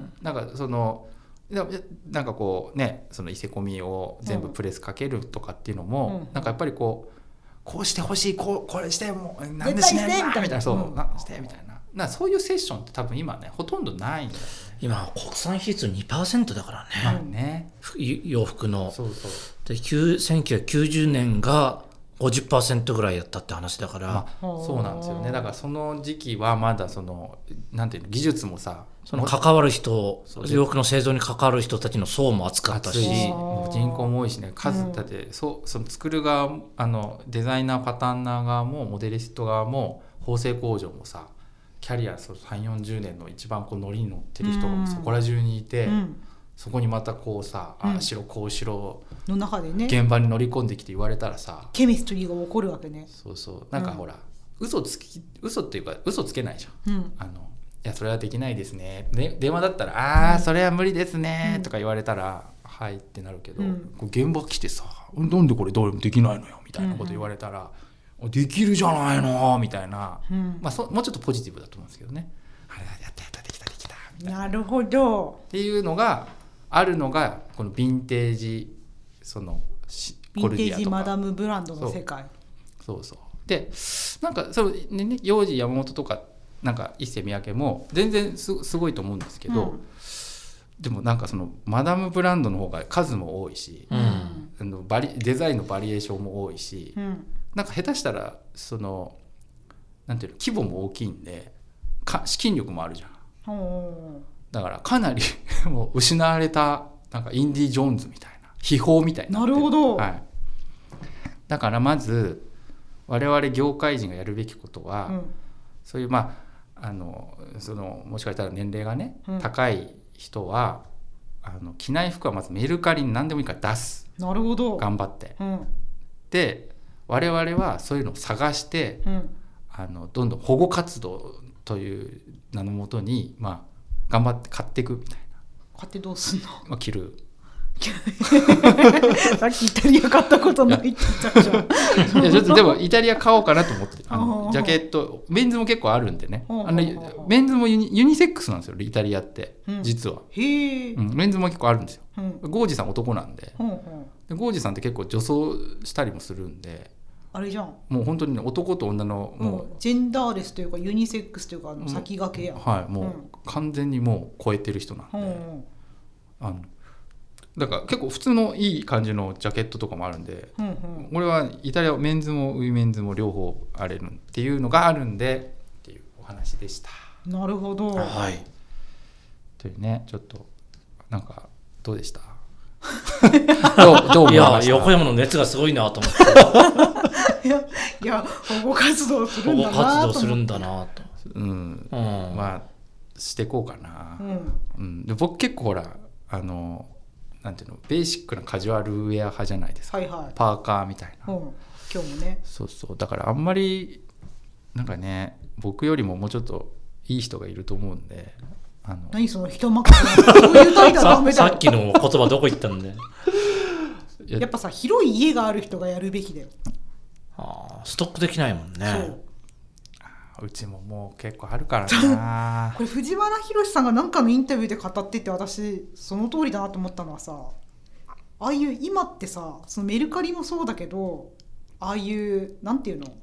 なんかそのなんかこうね、その伊勢込みを全部プレスかけるとかっていうのも、うん、なんかやっぱりこうこうしてほしい、こうこれしてもうなんでしないんだみたいな、そう、うん、なんしてみたいな、なそういうセッションって多分今ねほとんどないんだよね。
今国産比率 にパーセント だからね、まあね、洋服の。そうそうでせんきゅうひゃくきゅうじゅうねんが ごじゅっパーセント ぐらいやったって話だから、まあ、
そうなんですよね。だからその時期はまだそのなんていうの、技術もさ、
その関わる人、洋服の製造に関わる人たちの層も厚かったし、
人口も多いしね、数だって、うん、そうその作る側、あのデザイナーパターンナー側もモデリスト側も縫製工場もさ、キャリアさんじゅうよんじゅうねんの一番こう乗りに乗ってる人がそこら中にいて、うん、そこにまたこうさ、うん、ああしろこうしろ
の中でね、
現場に乗り込んできて言われたらさ、
ケミストリーが起こるわけね。
そうそう、なんかほら、うん、嘘つき嘘っていうか嘘つけないじゃん、うん、あのいやそれはできないですね、ね、電話だったらああ、うん、それは無理ですねとか言われたら、うん、はいってなるけど、うん、現場来てさ、なんでこれどうもできないのよみたいなこと言われたら、うん、できるじゃないのみたいな、うんまあ、そもうちょっとポジティブだと思うんですけどね、あれやったやったできたできたみたいな、
なるほど
っていうのがあるのがこのヴィンテージ、その
コルディアとかヴィンテージマダムブランドの世界、
そうそうそうで、なんかそうね、ね、幼児山本とかなんか一世三宅も全然 す, すごいと思うんですけど、うん、でもなんかそのマダムブランドの方が数も多いし、うん、あのバリデザインのバリエーションも多いし、うん、なんか下手したらそのなんていうの、規模も大きいんでか資金力もあるじゃん。だからかなりもう失われたなんかインディ・ジョーンズみたいな秘宝みたいな。
なるほど、
はい、だからまず我々業界人がやるべきことは、うん、そういうまああのそのもしかしたら年齢がね、うん、高い人はあの着ない服はまずメルカリに何でもいいから出す。
なるほど、
頑張って、うん、で我々はそういうのを探して、うん、あのどんどん保護活動という名のもとに、まあ、頑張って買っていくみたいな。
買ってどうすんの、
まあ、着る
さっきイタリア買ったことないって言ったじゃん。
いやちょっとでもイタリア買おうかなと思って、あのジャケットメンズも結構あるんでね、あのメンズもユ ニ, ユニセックスなんですよイタリアって、うん、実はへ、うん、メンズも結構あるんですよ、うん、ゴージさん男なんで、うんうん、でゴージさんって結構女装したりもするんで、
あれじゃん、
もう本当に、ね、男と女のもう、
うん、ジェンダーレスというかユニセックスというかの先駆けや、
うん、はい、もう完全にもう超えてる人なんで、うん、あのだから結構普通のいい感じのジャケットとかもあるんで、うんうん、俺はイタリアメンズもウィメンズも両方あれるっていうのがあるんでっていうお話でした。
なるほど、
はい、というね、ちょっとなんかどうでしたどうどう思いました？
いや横山の熱がすごいなと思って
いやいや保護活動するんだなと
保護活動するんだなと、
うん、うん、まあしていこうかな、うんうん、で僕結構ほらあのなんていうの、ベーシックなカジュアルウェア派じゃないですか、はいはい、パーカーみたいな、うん、
今日もね、
そうそうだからあんまりなんかね、僕よりももうちょっといい人がいると思うんで、あの
何その人任せなそういう態度はダメだ
さ, さっきの言葉どこ行ったんで
やっぱさ、広い家がある人がやるべきだよ。
あ、ストックできないもんね。そう
うちももう結構あるからな
これ藤原宏さんが何かのインタビューで語ってて、私その通りだなと思ったのはさ、ああいう今ってさ、そのメルカリもそうだけど、ああいうなんていうの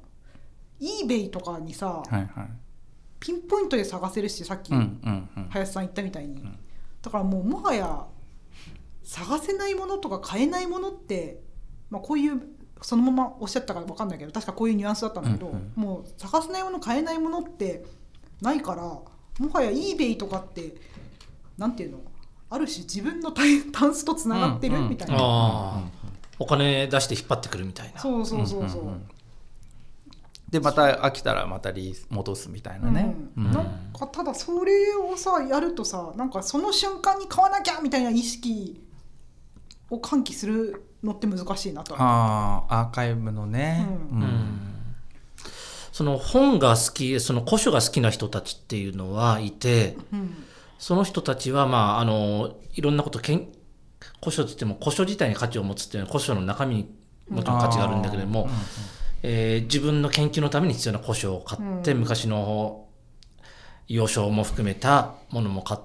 eBay とかにさ、はいはい、ピンポイントで探せるし、さっき、うんうんうん、林さん言ったみたいに、うん、だからもうもはや探せないものとか買えないものって、まあ、こういうそのままおっしゃったか分かんないけど、確かこういうニュアンスだったんだけど、うんうん、もう探せないもの買えないものってないから、もはや eBay とかってなんていうの、ある種自分のタンスとつながってる、うんうん、みたいな、あ、
お金出して引っ張ってくるみたいな、
そうそうそうそう、うんうんうん、
でまた飽きたらまたリ戻すみたいなね、
うんうん、なんかただそれをさやるとさ、なんかその瞬間に買わなきゃみたいな意識を喚起するのって難しいなと。
あアーカイブのね、うんうん、
その本が好き、その古書が好きな人たちっていうのはいて、うん、その人たちはまああのいろんなことけん古書って言っても古書自体に価値を持つっていうのは古書の中身にもちろん価値があるんだけれども、うんうん、えー、自分の研究のために必要な古書を買って、うん、昔の要書も含めたものも買って、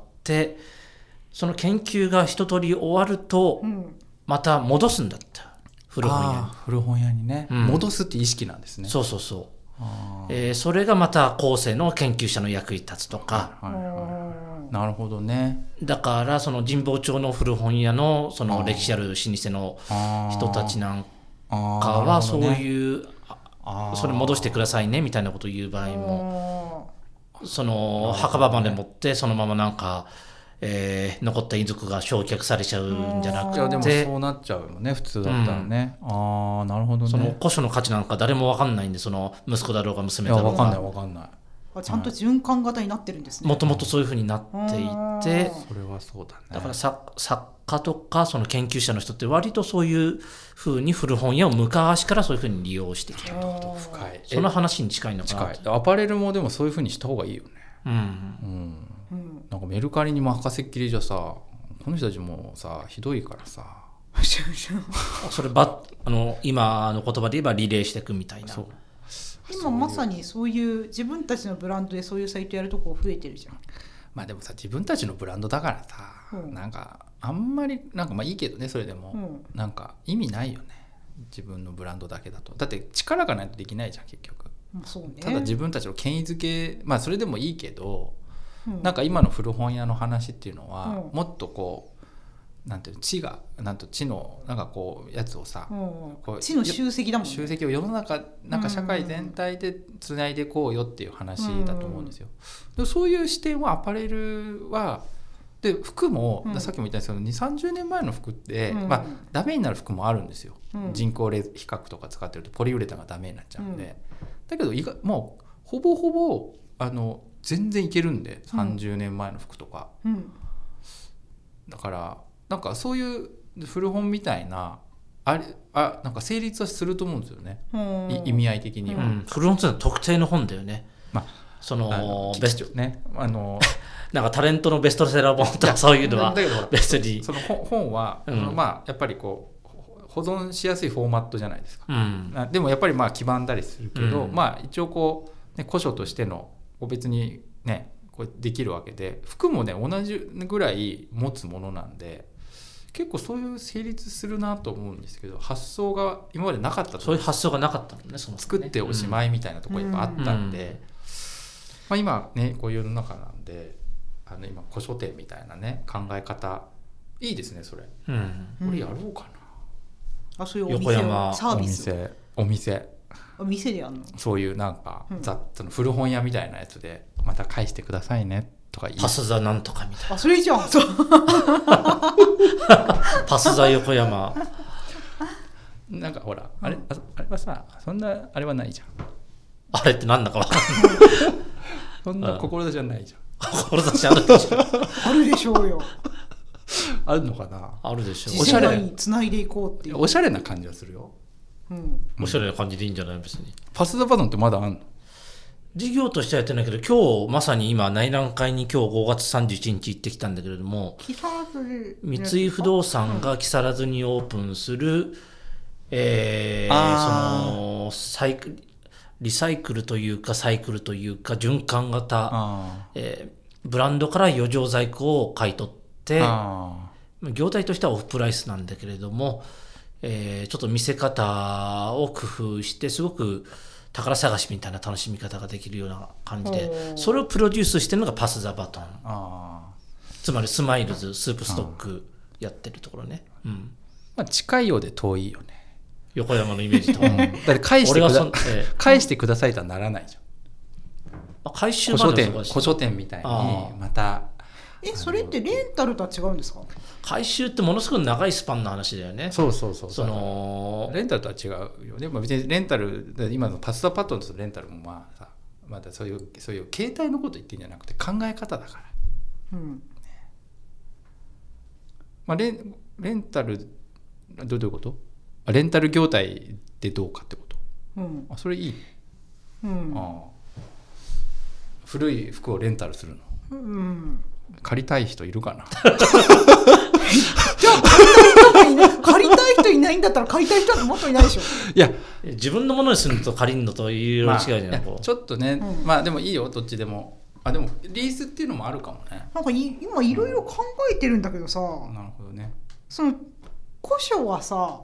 その研究が一通り終わると、うん、また戻すんだって、古本屋に。
古本屋にね、うん、戻すって意識なんですね。
そうそうそう、えー、それがまた後世の研究者の役に立つとか、はいはい
はい、なるほどね。
だからその神保町の古本屋のその歴史ある老舗の人たちなんかはそういう、それ戻してくださいねみたいなことを言う場合も、その墓場まで持ってそのままなんか、えー、残った遺族が焼却されちゃうんじゃなくて、
でもそうなっちゃうよね普通だったらね、うん、ああなるほどね。
その古書の価値なんか誰も分かんないんで、その息子だろうが娘だろうが。
いや分かんない分かんない。
あ、ちゃんと循環型になってるんですね。
もともとそういうふうになっていて、
それはそうだね。
だから作家とかその研究者の人って割とそういうふうに古本屋を昔からそういうふうに利用してきたと。
深い。
その話に近いのかな。
近い。アパレルもでもそういうふうにした方がいいよね。
うん、
うんうん、なんかメルカリに任せっきりじゃさ、この人たちもさひどいからさ
そればあの今の言葉で言えばリレーしていくみたいな。
そう今まさにそういう自分たちのブランドでそういうサイトやるとこ増えてるじゃん。
まあでもさ自分たちのブランドだからさ、うん、なんかあんまりなんかまあいいけどね、それでも、うん、なんか意味ないよね自分のブランドだけだと。だって力がないとできないじゃん結局。
そうね、
ただ自分たちの権威づけ、まあそれでもいいけど、うん、なんか今の古本屋の話っていうのは、うん、もっとこうなんていう知がなんと知のなんかこうやつをさ、うん、
こう知の集積だもんね。
集積を世の中なんか社会全体でつないでこうよっていう話だと思うんですよ、うん、そういう視点はアパレルはで、服も、うん、さっきも言ったんですけどにじゅう、さんじゅうねんまえの服って、うんまあ、ダメになる服もあるんですよ、うん、人工比較とか使ってるとポリウレタンがダメになっちゃうんで、うん、だけどいがもうほぼほぼあの全然いけるんでさんじゅうねんまえの服とか、うん、だからなんかそういう古本みたいなあれあなんか成立はすると思うんですよね、うん、意味合い的には、うん、
古本ってのは特定の本だよね、まあ、その
のベストねあの
なんかタレントのベストセラー本とかそういうのは別に
その本は、うん、まあやっぱりこう保存しやすいフォーマットじゃないですか、うん、でもやっぱりまあ黄ばんだりするけど、うん、まあ一応こう、ね、古書としての別にねこうできるわけで、服もね同じぐらい持つものなんで結構そういう成立するなと思うんですけど、発想が今までなかったと。
そういう発想がなかったのね、そのね
作っておしまいみたいなところやっぱあったんで、うんまあ、今ねこういう世の中なんであの今古書店みたいなね考え方いいですねそれ、うん、俺やろうか
な、あそういうお店をサービス
お店お店
お店でやるの
そういうなんか、うん、ざその古本屋みたいなやつでまた返してくださいねとかいい
パス座なんとかみたいな。
あそれいいじゃん
パス座横山
なんかほら、うん、あれあれはさそんなあれはないじゃん。
あれってなんだかわかんない
そんな志じゃないじゃん。
志あるでしょ
あるでしょうよ
あるのかな。
あるでしょ
う。おしゃれにつないでいこうっていう
おしゃれな感じはするよ、
うん、おしゃれな感じでいいんじゃない別に。
パス・ザ・バトンってまだあんの？
事業としてはやってないけど今日まさに今内覧会に今日ごがつさんじゅういちにち行ってきたんだけれども、三井不動産が木更津にオープンする、えー、そのサイクリサイクルというかサイクルというか循環型、えー、ブランドから余剰在庫を買い取って業態としてはオフプライスなんだけれども、えー、ちょっと見せ方を工夫してすごく宝探しみたいな楽しみ方ができるような感じで、それをプロデュースしてるのがパス・ザ・バトン、あつまりスマイルズスープストックやってるところね、うん
まあ、近いようで遠いよね
横山のイメージと、うん、
だって返してくだ、えー、返してくださいとはならないじゃん。
回収まで
古書店みたいにまた
えそれってレンタルとは違うんですか？
回収ってものすごく長いスパンの話だよね。
そうそうそう。
その
レンタルとは違うよね。まあ、別にレンタル今のパスタパッドのレンタルもまあさまたそういうそういう携帯のこと言ってんじゃなくて考え方だから。うん。まあレンレンタルどういうこと？レンタル業態でどうかってこと？うん。あそれいい。 うん、あ古い服をレンタルするの、うん、借りたい人いるかな
じゃあ借りたい人いないんだったら借りたい人はもっといないでしょ。
いや自分のものにするのと借りるのといろいろ違うじゃない、
まあ、ちょっとね、うん、まあでもいいよどっちでも。あでもリースっていうのもあるかもね。
なんかい今いろいろ考えてるんだけどさ、
うん、なるほどね。
その古書はさ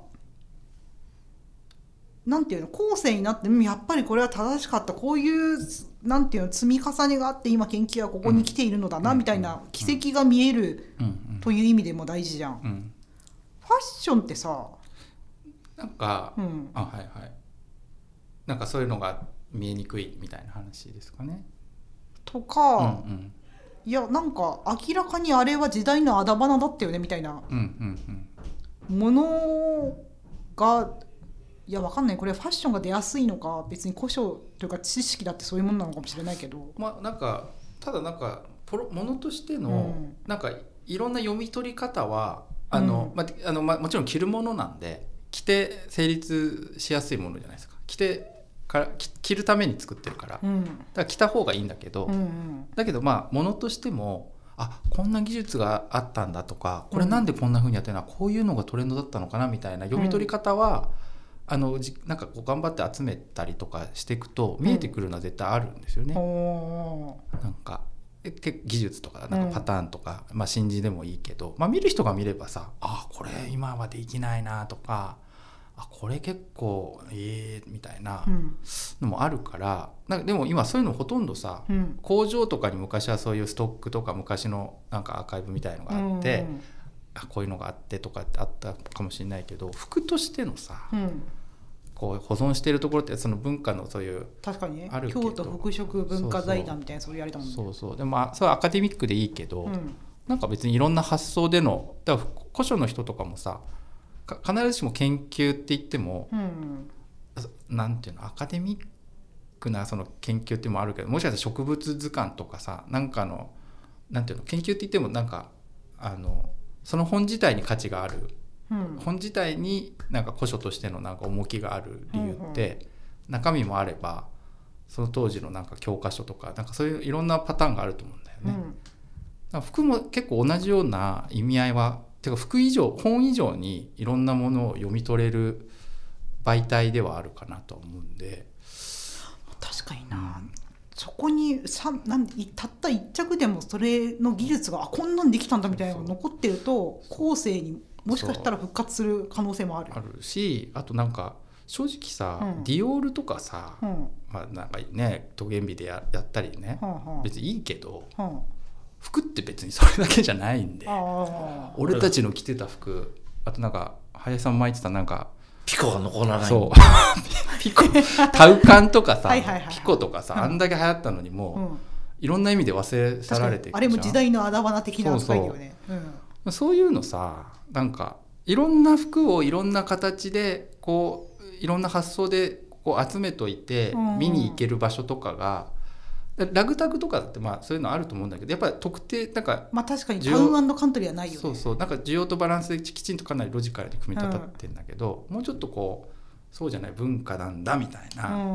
なんていうの後世になってやっぱりこれは正しかったこういうなんていうの積み重ねがあって今研究はここに来ているのだな、うん、みたいな軌跡が見える、うん、という意味でも大事じゃん、うん、ファッションってさ
なんか、うん、あはいはいなんかそういうのが見えにくいみたいな話ですかね
とか、うんうん、いやなんか明らかにあれは時代のあだ花だったよねみたいなものがいやわかんないこれファッションが出やすいのか別に古書というか知識だってそういうものなのかもしれないけど
まあなんかただなんかポロものとしての、うん、なんかいろんな読み取り方はあの、うんまあのまあ、もちろん着るものなんで着て成立しやすいものじゃないですか着てから着るために作ってるから、うん、だから着た方がいいんだけど、うんうん、だけどまあものとしてもあこんな技術があったんだとかこれなんでこんな風にやってるのは、うん、こういうのがトレンドだったのかなみたいな読み取り方は、うん、あのなんかこう頑張って集めたりとかしていくと見えてくるのは絶対あるんですよね、うん、なんか技術とかなんかパターンとか、うんまあ、新人でもいいけど、まあ、見る人が見ればさあこれ今はできないなとかあこれ結構えーみたいなのもあるから、うん、なんかでも今そういうのほとんどさ、うん、工場とかに昔はそういうストックとか昔のなんかアーカイブみたいのがあって、うんうん、あこういうのがあってとかってあったかもしれないけど服としてのさ、うん、こう保存しているところってその文化のそういう
確かにね京都服飾文化財団みたいなそういうやりたもんね
そうそうでもまあそれはアカデミックでいいけど、うん、なんか別にいろんな発想でのだから古書の人とかもさ必ずしも研究って言っても、うん、なんていうのアカデミックなその研究っていうのもあるけどもしかしたら植物図鑑とかさなんかのなんていうの研究って言ってもなんかあのその本自体に価値がある、うん、本自体になんか古書としてのなんか重きがある理由って、うんうん、中身もあればその当時のなんか教科書とかなんかそういういろんなパターンがあると思うんだよね、うん、だから服も結構同じような意味合いはてか服以上本以上にいろんなものを読み取れる媒体ではあるかなと思うんで
確かにな、うん、そこにさなんたった一着でもそれの技術があこんなんできたんだみたいなのが残ってると後世にもしかしたら復活する可能性もある
あるしあとなんか正直さ、うん、ディオールとかさ、うんまあ、なんかねトゲンビで や, やったりね、うんうん、別にいいけど、うん服って別にそれだけじゃないんで俺たちの着てた服あとなんか林さん巻いてたなんか
ピコが残らない
そうピコタウカンとかさはいはい、はい、ピコとかさ、うん、あんだけ流行ったのにもう、うん、いろんな意味で忘れ去られていくじゃん
あれも時代のあだ花的な扱いだよね
そうそう、うん、そういうのさなんかいろんな服をいろんな形でこういろんな発想でこう集めといて、うん、見に行ける場所とかがラグタグとかだってまあそういうのあると思うんだけどやっぱり特定なんか
まあ確かにタウン&カントリーはないよね
そうそうなんか需要とバランスできちんとかなりロジカルに組み立ててるんだけど、うん、もうちょっとこうそうじゃない文化なんだみたいな、うん、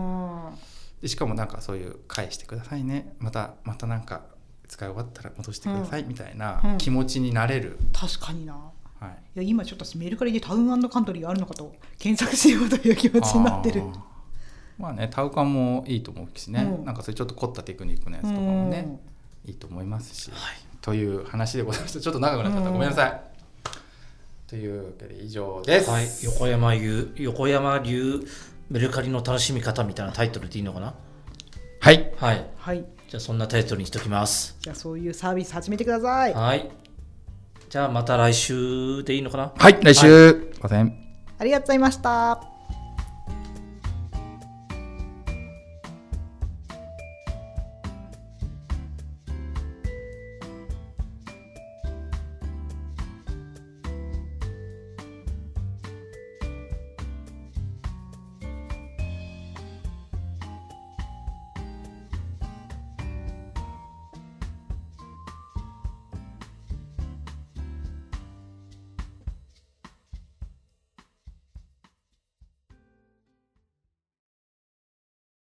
でしかもなんかそういう返してくださいねまたまたなんか使い終わったら戻してくださいみたいな気持ちになれる、
うん、確かにな、はい、いや今ちょっとメルカリでタウン&カントリーがあるのかと検索しようという気持ちになってる
まあね、タウカンもいいと思うしね、うん、なんかそれちょっと凝ったテクニックのやつとかもね、うん、いいと思いますし、はい、という話でございました。ちょっと長くなっちゃった、うん、ごめんなさいというわけで以上です、
はい、横山流横山流メルカリの楽しみ方みたいなタイトルでいいのかな
はい、
はいはい、じゃあそんなタイトルにしときます。
じゃあそういうサービス始めてください。
はい、じゃあまた来週でいいのかな。
はい来週、はい、
ありがとうございました。